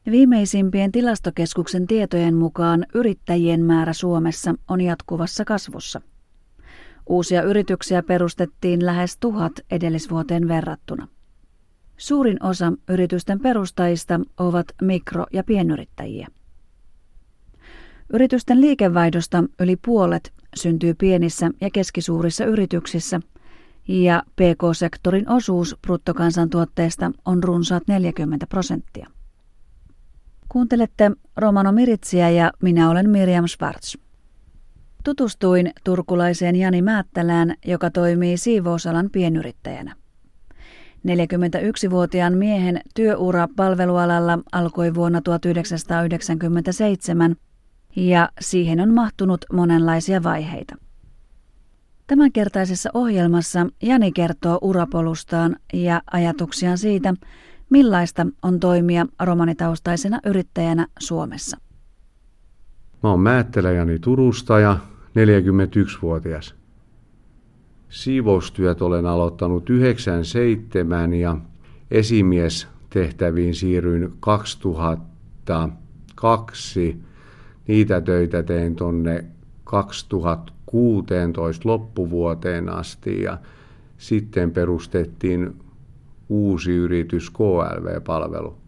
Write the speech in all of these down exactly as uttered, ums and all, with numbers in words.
Viimeisimpien tilastokeskuksen tietojen mukaan yrittäjien määrä Suomessa on jatkuvassa kasvussa. Uusia yrityksiä perustettiin lähes tuhat edellisvuoteen verrattuna. Suurin osa yritysten perustajista ovat mikro- ja pienyrittäjiä. Yritysten liikevaihdosta yli puolet syntyy pienissä ja keskisuurissa yrityksissä, ja P K-sektorin osuus bruttokansantuotteesta on runsaat neljäkymmentä prosenttia. Kuuntelette Romano Miritsiä ja minä olen Miriam Schwartz. Tutustuin turkulaiseen Jani Määttälään, joka toimii siivousalan pienyrittäjänä. neljäkymmentäyksivuotiaan miehen työura palvelualalla alkoi vuonna tuhatyhdeksänsataayhdeksänkymmentäseitsemän ja siihen on mahtunut monenlaisia vaiheita. Tämänkertaisessa ohjelmassa Jani kertoo urapolustaan ja ajatuksiaan siitä, millaista on toimia romanitaustaisena yrittäjänä Suomessa. Mä oon Määttälä Jani Turusta ja neljäkymmentäyksivuotias. Siivoustyöt olen aloittanut yhdeksänkymmentäseitsemän ja esimiestehtäviin siirryin kaksituhattakaksi. Niitä töitä tein tonne kaksituhattakuusitoista loppuvuoteen asti ja sitten perustettiin uusi yritys K L V-palvelu.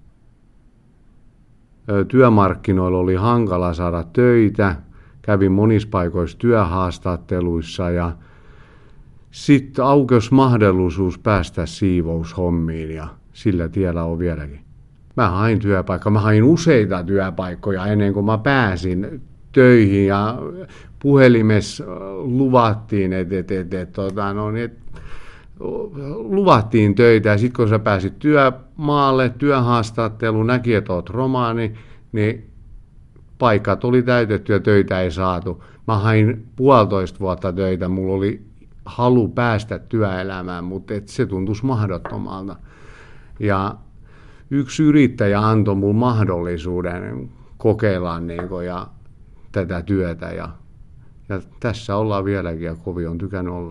Työmarkkinoilla oli hankala saada töitä, kävin monissa paikoissa työhaastatteluissa ja sitten aukesi mahdollisuus päästä siivoushommiin ja sillä tiellä on vieläkin. Mä hain työpaikkaa, mä hain useita työpaikkoja ennen kuin mä pääsin töihin ja puhelimessa luvattiin, että et, et, et, tota, no, et, luvattiin töitä ja sitten kun sä pääsit työmaalle, työhaastatteluun, näki, että oot romaani, niin paikat oli täytetty ja töitä ei saatu. Mä hain puolitoista vuotta töitä, mulla oli halu päästä työelämään, mutta et se tuntuisi mahdottomalta. Ja yksi yrittäjä antoi mulle mahdollisuuden kokeilla niin kuin, ja tätä työtä ja, ja tässä ollaan vieläkin ja kovin on tykännyt olla.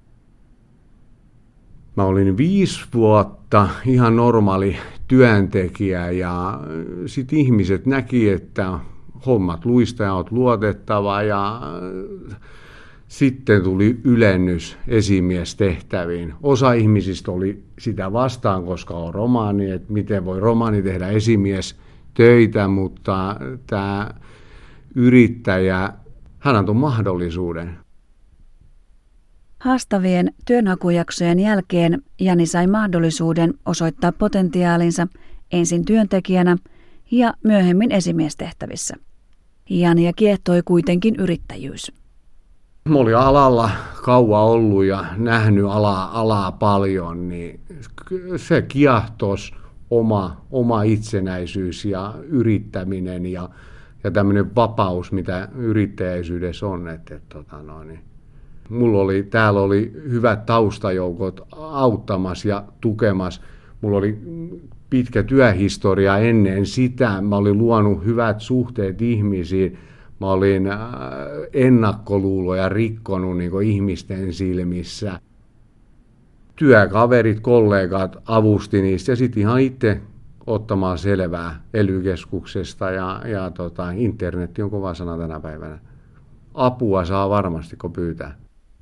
Mä olin viisi vuotta ihan normaali työntekijä ja sitten ihmiset näki, että hommat luista ja oot luotettava ja sitten tuli ylennys esimiestehtäviin. Osa ihmisistä oli sitä vastaan, koska on romaani, että miten voi romaani tehdä esimies töitä, mutta tämä yrittäjä, hän antoi mahdollisuuden. Haastavien työnhakujaksojen jälkeen Jani sai mahdollisuuden osoittaa potentiaalinsa ensin työntekijänä ja myöhemmin esimiestehtävissä. Jania kiehtoi kuitenkin yrittäjyys. Mä olin alalla kauan ollut ja nähnyt alaa, alaa paljon, niin se kiahtos oma, oma itsenäisyys ja yrittäminen ja, ja tämmöinen vapaus, mitä yrittäjäisyydessä on. Että, että, tota noin, niin. Mulla oli, täällä oli hyvät taustajoukot auttamassa ja tukemassa. Mulla oli pitkä työhistoria ennen sitä. Mä olin luonut hyvät suhteet ihmisiin. Mä olin ennakkoluuloja rikkonut niin kuin ihmisten silmissä. Työkaverit, kollegat avusti niistä ja sitten ihan itse ottamaan selvää E L Y-keskuksesta ja, ja tota, internetti on kova sana tänä päivänä. Apua saa varmasti, kun pyytää.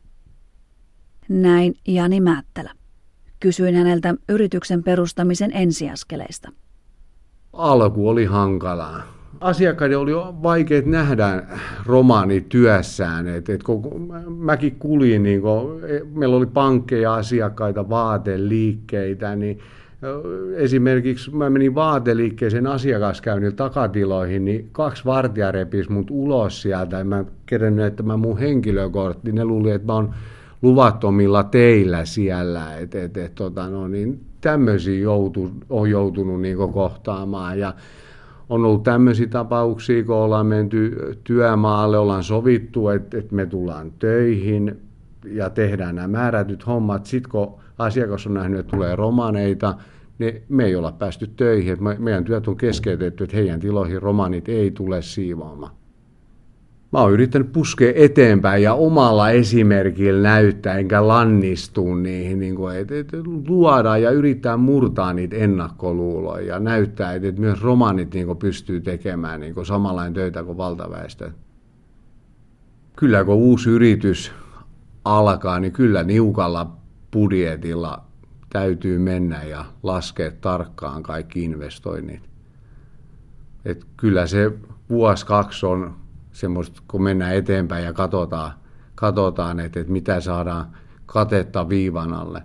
Näin Jani Määttälä. Kysyin häneltä yrityksen perustamisen ensiaskeleista. Alku oli hankalaa. Asiakkaiden oli vaikea nähdä romaanityössään. Et, et kun mäkin kuljin, niin kun, meillä oli pankkeja, asiakkaita, vaateliikkeitä, niin esimerkiksi mä menin vaateliikkeeseen asiakaskäynnillä takatiloihin, niin kaksi vartijaa repisi mut ulos sieltä. Mä kerännyt, että mä mun henkilökortti, ne luuli, että mä oon luvattomilla teillä siellä. Et, et, et, tota, no, niin tämmöisiä joutu, on joutunut niin kohtaamaan. Ja on ollut tämmöisiä tapauksia, kun ollaan menty työmaalle, ollaan sovittu, että, että me tullaan töihin ja tehdään nämä määrätyt hommat. Sitten kun asiakas on nähnyt, että tulee romaneita, niin me ei olla päästy töihin. Että meidän työt on keskeytetty, että heidän tiloihin romanit ei tule siivoamaan. Mä oon yrittänyt puskea eteenpäin ja omalla esimerkillä näyttää, enkä lannistua niihin, niin kuin, että, että luodaan ja yrittää murtaa niitä ennakkoluuloja ja näyttää, että, että myös romanit niin kuin, pystyy tekemään niin kuin, samanlainen töitä kuin valtaväestö. Kyllä kun uusi yritys alkaa, niin kyllä niukalla budjetilla täytyy mennä ja laskea tarkkaan kaikki investoinnit. Et kyllä se vuosi kaksi on semmoista, kun mennään eteenpäin ja katsotaan, katsotaan että, että mitä saadaan katetta viivan alle.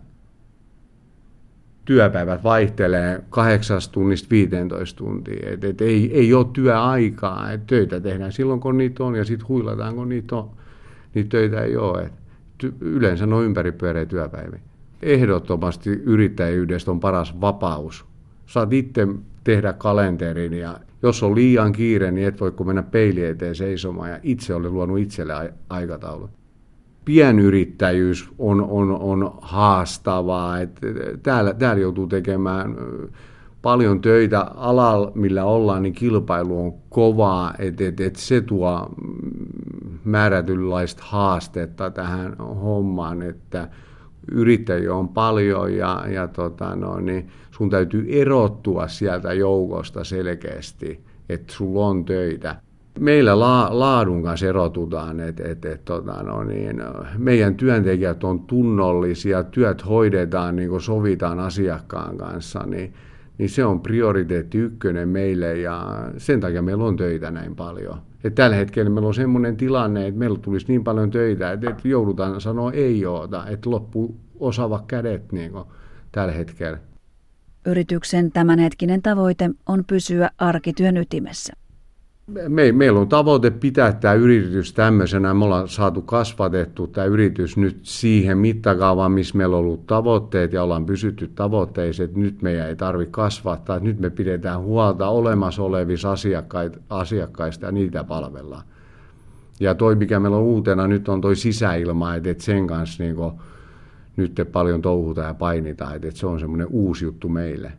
Työpäivät vaihtelee kahdeksasta tunnista viiteentoista tuntia. Et, et ei, ei ole työaikaa. Et töitä tehdään silloin, kun niitä on, ja sitten huilataan, kun niitä on. Niitä töitä ei ole. Et ty, yleensä ne on ympäripyöreä työpäivä. Ehdottomasti yrittäjyydestä on paras vapaus. Saat itse tehdä kalenterin, ja jos on liian kiire, niin et voi mennä peili eteen seisomaan, ja itse olen luonut itselle aikataulun. Pienyrittäjyys on, on, on haastavaa. Et täällä, täällä joutuu tekemään paljon töitä alalla, millä ollaan, niin kilpailu on kovaa, että et, et se tuo määrätynlaista haastetta tähän hommaan, että yrittäjiä on paljon ja, ja tota no, niin sun täytyy erottua sieltä joukosta selkeästi, että sulla on töitä. Meillä la, laadun kanssa erotutaan, että et, et, tota no, niin, meidän työntekijät on tunnollisia, työt hoidetaan niin kuin sovitaan asiakkaan kanssa, niin, niin se on prioriteetti ykkönen meille ja sen takia meillä on töitä näin paljon. Et tällä hetkellä meillä on sellainen tilanne, että meillä tulisi niin paljon töitä, että, että joudutaan sanoa ei oota, että loppuu osaava kädet niin kuin tällä hetkellä. Yrityksen tämänhetkinen tavoite on pysyä arkityön ytimessä. Me, meillä on tavoite pitää tämä yritys tämmöisenä. Me ollaan saatu kasvatettu tämä yritys nyt siihen mittakaavaan, missä meillä on ollut tavoitteet ja ollaan pysytty tavoitteissa, että nyt meidän ei tarvitse kasvattaa, että nyt me pidetään huolta olemassa olevista asiakkaista ja niitä palvellaan. Ja toi, mikä meillä on uutena, nyt on toi sisäilma, että sen kanssa niin kuin, nyt paljon touhutaan ja painitaan, että se on semmoinen uusi juttu meille.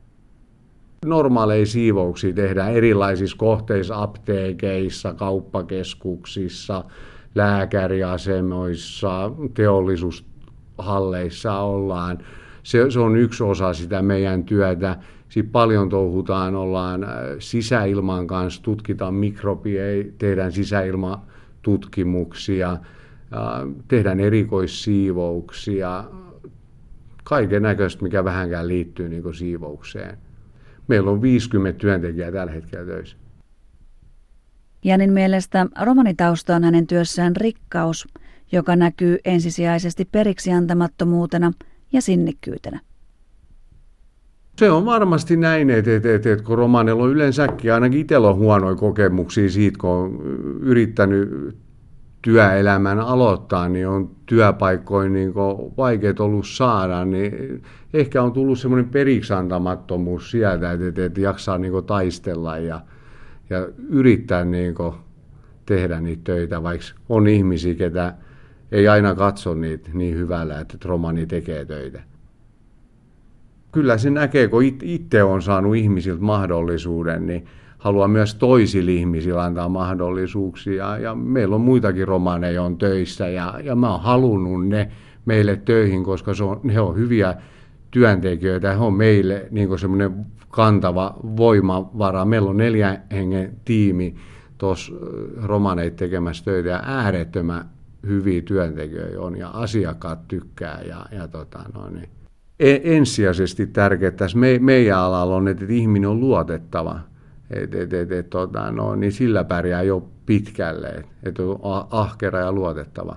Normaaleja siivouksia tehdään erilaisissa kohteissa, apteekeissa, kauppakeskuksissa, lääkäriasemoissa, teollisuushalleissa ollaan. Se, se on yksi osa sitä meidän työtä. Sitten paljon touhutaan, ollaan sisäilman kanssa, tutkitaan mikrobia, tehdään sisäilmatutkimuksia, tehdään erikoissiivouksia, kaiken näköistä, mikä vähänkään liittyy niin kuin siivoukseen. Meillä on viisikymmentä työntekijää tällä hetkellä töissä. Janin mielestä romanitausta on hänen työssään rikkaus, joka näkyy ensisijaisesti periksi antamattomuutena ja sinnikkyytenä. Se on varmasti näin, että, että, että, että kun romaneilla on yleensäkin, ainakin itsellä on huonoja kokemuksia siitä, kun on yrittänyt työelämän aloittaa, niin on työpaikkoja niin vaikeat ollut saada, niin ehkä on tullut semmoinen periksantamattomuus sieltä, että, että, että jaksaa niin taistella ja, ja yrittää niin tehdä niitä töitä, vaikka on ihmisiä, ketä ei aina katso niitä niin hyvällä, että romani tekee töitä. Kyllä se näkee, kun itse on saanut ihmisiltä mahdollisuuden, niin haluaa myös toisille ihmisille antaa mahdollisuuksia. Ja meillä on muitakin romaneja on töissä ja, ja mä oon halunnut ne meille töihin, koska se on, he on hyviä työntekijöitä. He on meille niin semmoinen kantava voimavara. Meillä on neljä hengen tiimi tuossa romaneita tekemässä töitä ja äärettömän hyviä työntekijöitä on ja asiakkaat tykkää. Ja, ja tota, no niin. Ensisijaisesti tärkeää tässä me, meidän alalla on, että ihminen on luotettava. Et, et, et, et, tota, no, niin sillä pärjää jo pitkälle, että et on ahkera ja luotettava.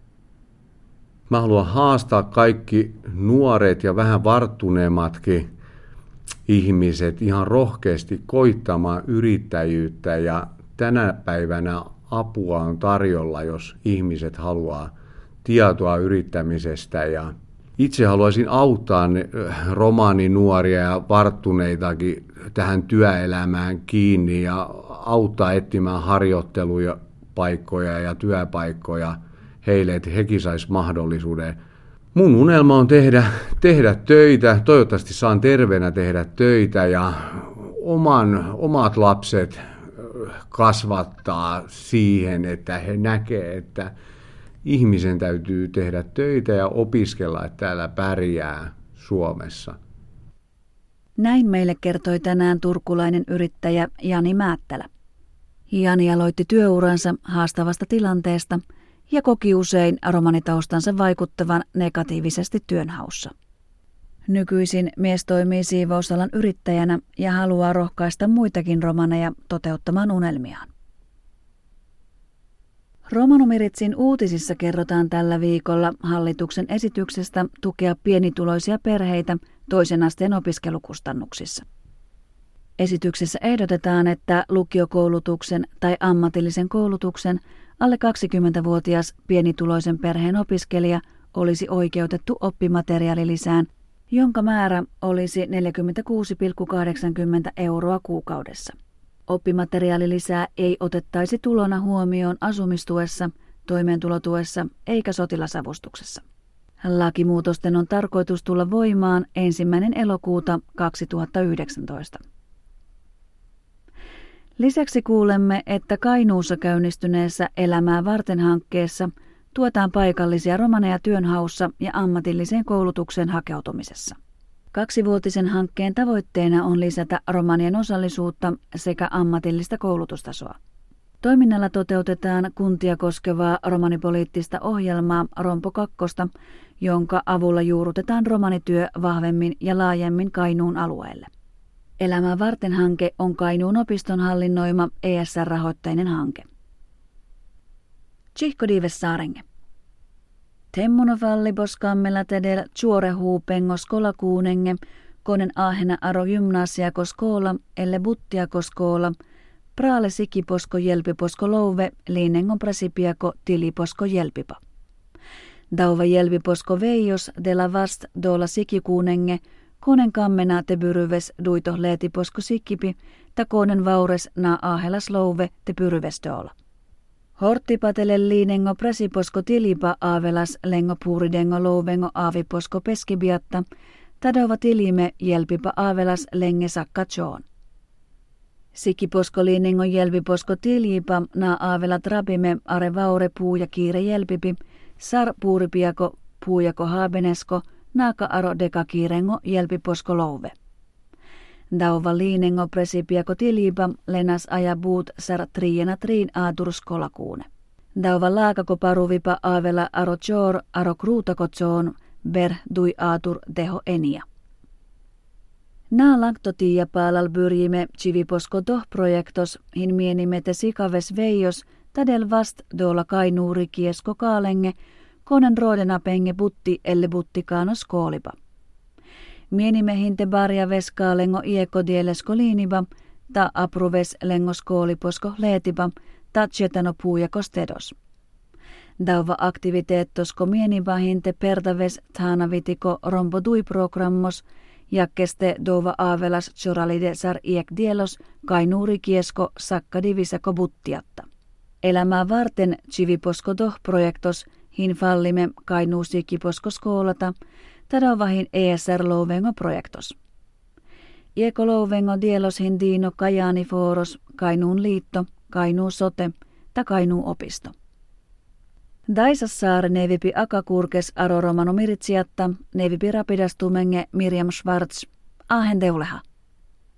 Mä haluan haastaa kaikki nuoret ja vähän varttuneemmatkin ihmiset ihan rohkeasti koittamaan yrittäjyyttä. Ja tänä päivänä apua on tarjolla, jos ihmiset haluaa tietoa yrittämisestä. Ja itse haluaisin auttaa romaaninuoria ja varttuneitakin tähän työelämään kiinni ja auttaa etsimään harjoitteluja, paikkoja ja työpaikkoja heille, että hekin sais mahdollisuuden. Mun unelma on tehdä, tehdä töitä, toivottavasti saan terveenä tehdä töitä ja oman, omat lapset kasvattaa siihen, että he näkee, että ihmisen täytyy tehdä töitä ja opiskella, että täällä pärjää Suomessa. Näin meille kertoi tänään turkulainen yrittäjä Jani Määttälä. Jani aloitti työuransa haastavasta tilanteesta ja koki usein romanitaustansa vaikuttavan negatiivisesti työnhaussa. Nykyisin mies toimii siivousalan yrittäjänä ja haluaa rohkaista muitakin romaneja toteuttamaan unelmiaan. Romanomiritsin uutisissa kerrotaan tällä viikolla hallituksen esityksestä tukea pienituloisia perheitä toisen asteen opiskelukustannuksissa. Esityksessä ehdotetaan, että lukiokoulutuksen tai ammatillisen koulutuksen alle kaksikymmentävuotias pienituloisen perheen opiskelija olisi oikeutettu oppimateriaalilisään, jonka määrä olisi neljäkymmentäkuusi pilkku kahdeksankymmentä euroa kuukaudessa. Oppimateriaalilisää ei otettaisi tulona huomioon asumistuessa, toimeentulotuessa eikä sotilasavustuksessa. Lakimuutosten on tarkoitus tulla voimaan ensimmäinen elokuuta kaksituhattayhdeksäntoista. Lisäksi kuulemme, että Kainuussa käynnistyneessä Elämää varten -hankkeessa tuetaan paikallisia romaneja työnhaussa ja ammatilliseen koulutukseen hakeutumisessa. Kaksivuotisen hankkeen tavoitteena on lisätä romanien osallisuutta sekä ammatillista koulutustasoa. Toiminnalla toteutetaan kuntia koskevaa romanipoliittista ohjelmaa Rompo kakkosta, jonka avulla juurrutetaan romanityö vahvemmin ja laajemmin Kainuun alueelle. Elämää varten -hanke on Kainuun opiston hallinnoima E S R-rahoitteinen hanke. Tsihkodives saarenge. Temmonovalli boskammella tedel tjuorehuu skolakuunenge, konen ahena aro gymnasiako skola elle buttiako skola, praale sikiposko jelpiposko louve, liinengon prasipiako tiliposko jelpipa. Dauva jelpiposko veijos dela vast dola sikikuunenge, konen kammena te byryves duito leetiposko sikipi, ta konen vaures na ahelas louve te byryves doola. Horttipatele liinengo prasiposko tilipa aavelas lengo puuridengo louvengo aaviposko peskibiatta, tadova tilime jelpipa aavelas lenge sakka joon. Sikiposko liinengo jelpiposko tilipa na aavelat rabime are vaure puu ja kiire jelpipi, sar puuripiako puujako haabenesko, naaka aro deka kiirengo jelpiposko louve. Dauva liinengo presipiako tilipa lenas aja buut sar triena triin aaturskolakuune. Dauva laakako paruvipa aavela aro joor aro kruutako joon ber dui aatur teho enia. Naa lanktotia paalal byrjime chiviposko toh projektos hin mienimete sikaves veijos tadel vast dola kainuuri kiesko kaalenge konen rodenapenge butti elle buttikaanos koolipa. Mienimehinte barja veskaa lengo ieko dielesko liiniba, ta apruves lengo skooliposko leetiba, ta tsetano puujakos tedos. Dauva aktiviteettosko mienibahinte pertaves thanavitiko rompo dui programmos, jakkeste dova aavelas tsoralide sar iek dielos kainuuri kiesko sakka divisako buttiatta. Elämää varten chiviposko toh projektos hin fallime kainuusikiposko skoolata, tadavahin E S R-louvengo projektos. Ieko louvengo dielos hin diino Kajaani Fooros, Kainuun liitto, Kainuu sote ta Kainuu opisto. Daisassaare nevipi akakurkes aro romano miritsiatta, nevipi rapidastumenge Miriam Schwartz, ahen teuleha.